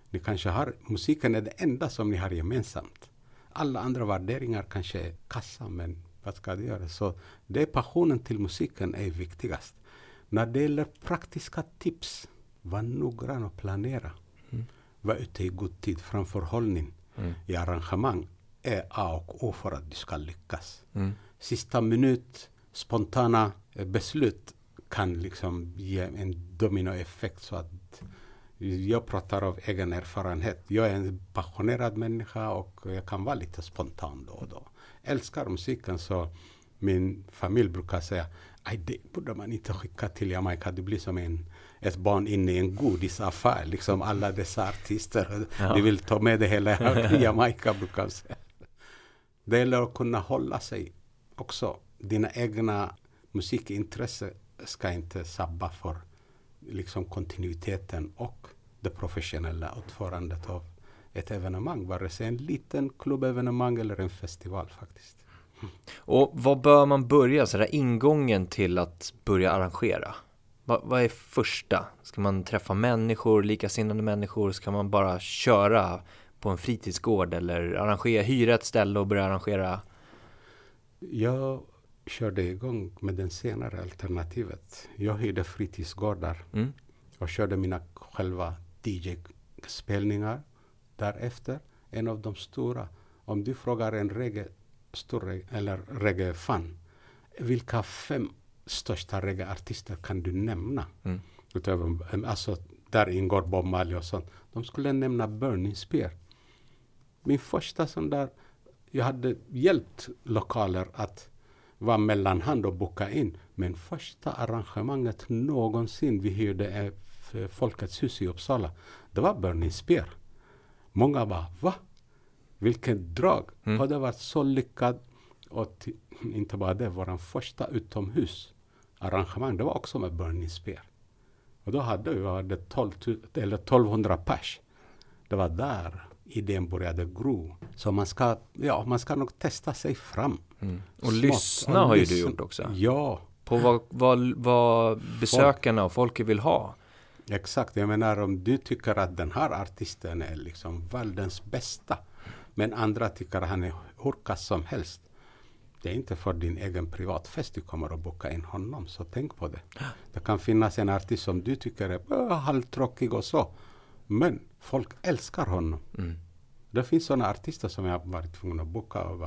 Ni kanske har, musiken är det enda som ni har gemensamt. Alla andra värderingar kanske är kassa, men vad ska det göra? Så det är passionen till musiken är viktigast. När det gäller praktiska tips, var noggrann och planera. Var ute i god tid, framförhållning i arrangemang är A och O för att du ska lyckas. Sista minut, spontana beslut kan liksom ge en dominoeffekt. Så att jag pratar av egen erfarenhet. Jag är en passionerad människa och jag kan vara lite spontan då och då. Älskar musiken, så min familj brukar säga det borde man inte skicka till Jamaica. Det blir som ett barn inne i en godisaffär. Liksom alla dessa artister. Du vill ta med det hela Jamaica, brukar jag säga. Det gäller att kunna hålla sig också. Dina egna musikintresse ska inte sabba för liksom kontinuiteten och det professionella utförandet av ett evenemang. Vare sig en liten klubbevenemang eller en festival faktiskt. Och vad bör man börja, så där ingången till att börja arrangera? Vad är första? Ska man träffa människor, likasinnade människor? Ska man bara köra på en fritidsgård eller hyra ett ställe och börja arrangera? Jag körde igång med den senare alternativet. Jag hyrde fritidsgårdar och körde mina själva DJ-spelningar. Därefter, en av de stora, om du frågar en reggae-fan, vilka 5 största reggae-artister kan du nämna? Alltså, där ingår Bob Marley och sånt. De skulle nämna Burning Spear. Min första sån där, jag hade hjälpt lokaler att vara mellanhand och boka in. Men första arrangemanget någonsin vi hyrde Folkets hus i Uppsala, det var Burning Spear. Många bara, va? Vilken drag! Och det var så lyckat. Och inte bara det, vår första utomhusarrangemang, det var också med Burning Spear. Och då hade vi 1200 pers. Det var där idén började gro. Så man ska nog testa sig fram. Och lyssna har ju du gjort också. Ja. På vad besökarna och folket vill ha. Exakt, jag menar om du tycker att den här artisten är liksom världens bästa, men andra tycker att han är hur kass som helst. Det är inte för din egen privatfest du kommer att boka in honom, så tänk på det. Det kan finnas en artist som du tycker är halvtråkig och så, men folk älskar honom. Det finns sådana artister som jag har varit tvungen att boka och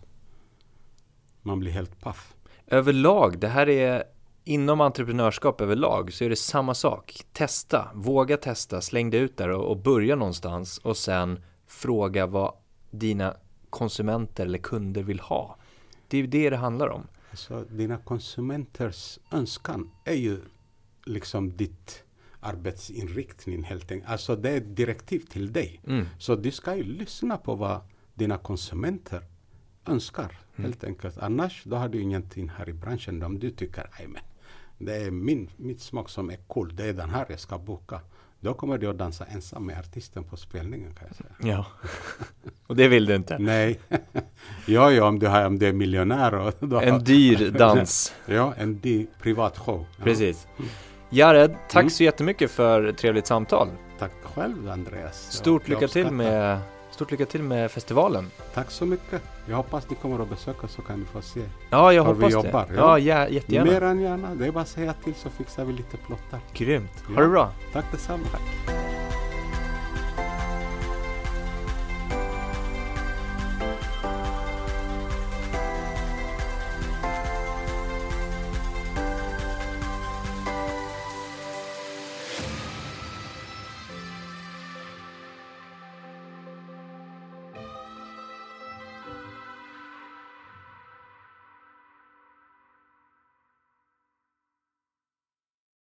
man blir helt paff. Överlag, det här är inom entreprenörskap överlag, så är det samma sak. Testa, våga testa, släng det ut där och börja någonstans och sen fråga vad dina konsumenter eller kunder vill ha. Det är ju det handlar om. Alltså, dina konsumenters önskan är ju liksom ditt arbetsinriktning helt enkelt. Alltså det är ett direktiv till dig. Så du ska ju lyssna på vad dina konsumenter önskar helt enkelt. Annars då har du ingenting här i branschen. Om du tycker, men det är mitt smak som är cool, det är den här jag ska boka. Då kommer du att dansa ensam med artisten på spelningen, kan jag säga. Ja, och det vill du inte. Nej, ja, om du är miljonär. Och då en dyr dans. Ja, en dyr privat show. Ja. Precis. Jared, tack så jättemycket för trevligt samtal. Tack själv, Andreas. Stort lycka till med festivalen. Tack så mycket. Jag hoppas ni kommer att besöka så kan ni få se. Ja, jag hoppas vi jobbar. Det. Ja, jättegärna. Mer än gärna. Det är bara att säga till så fixar vi lite plottar. Grymt. Ha det bra. Tack detsamma. Tack.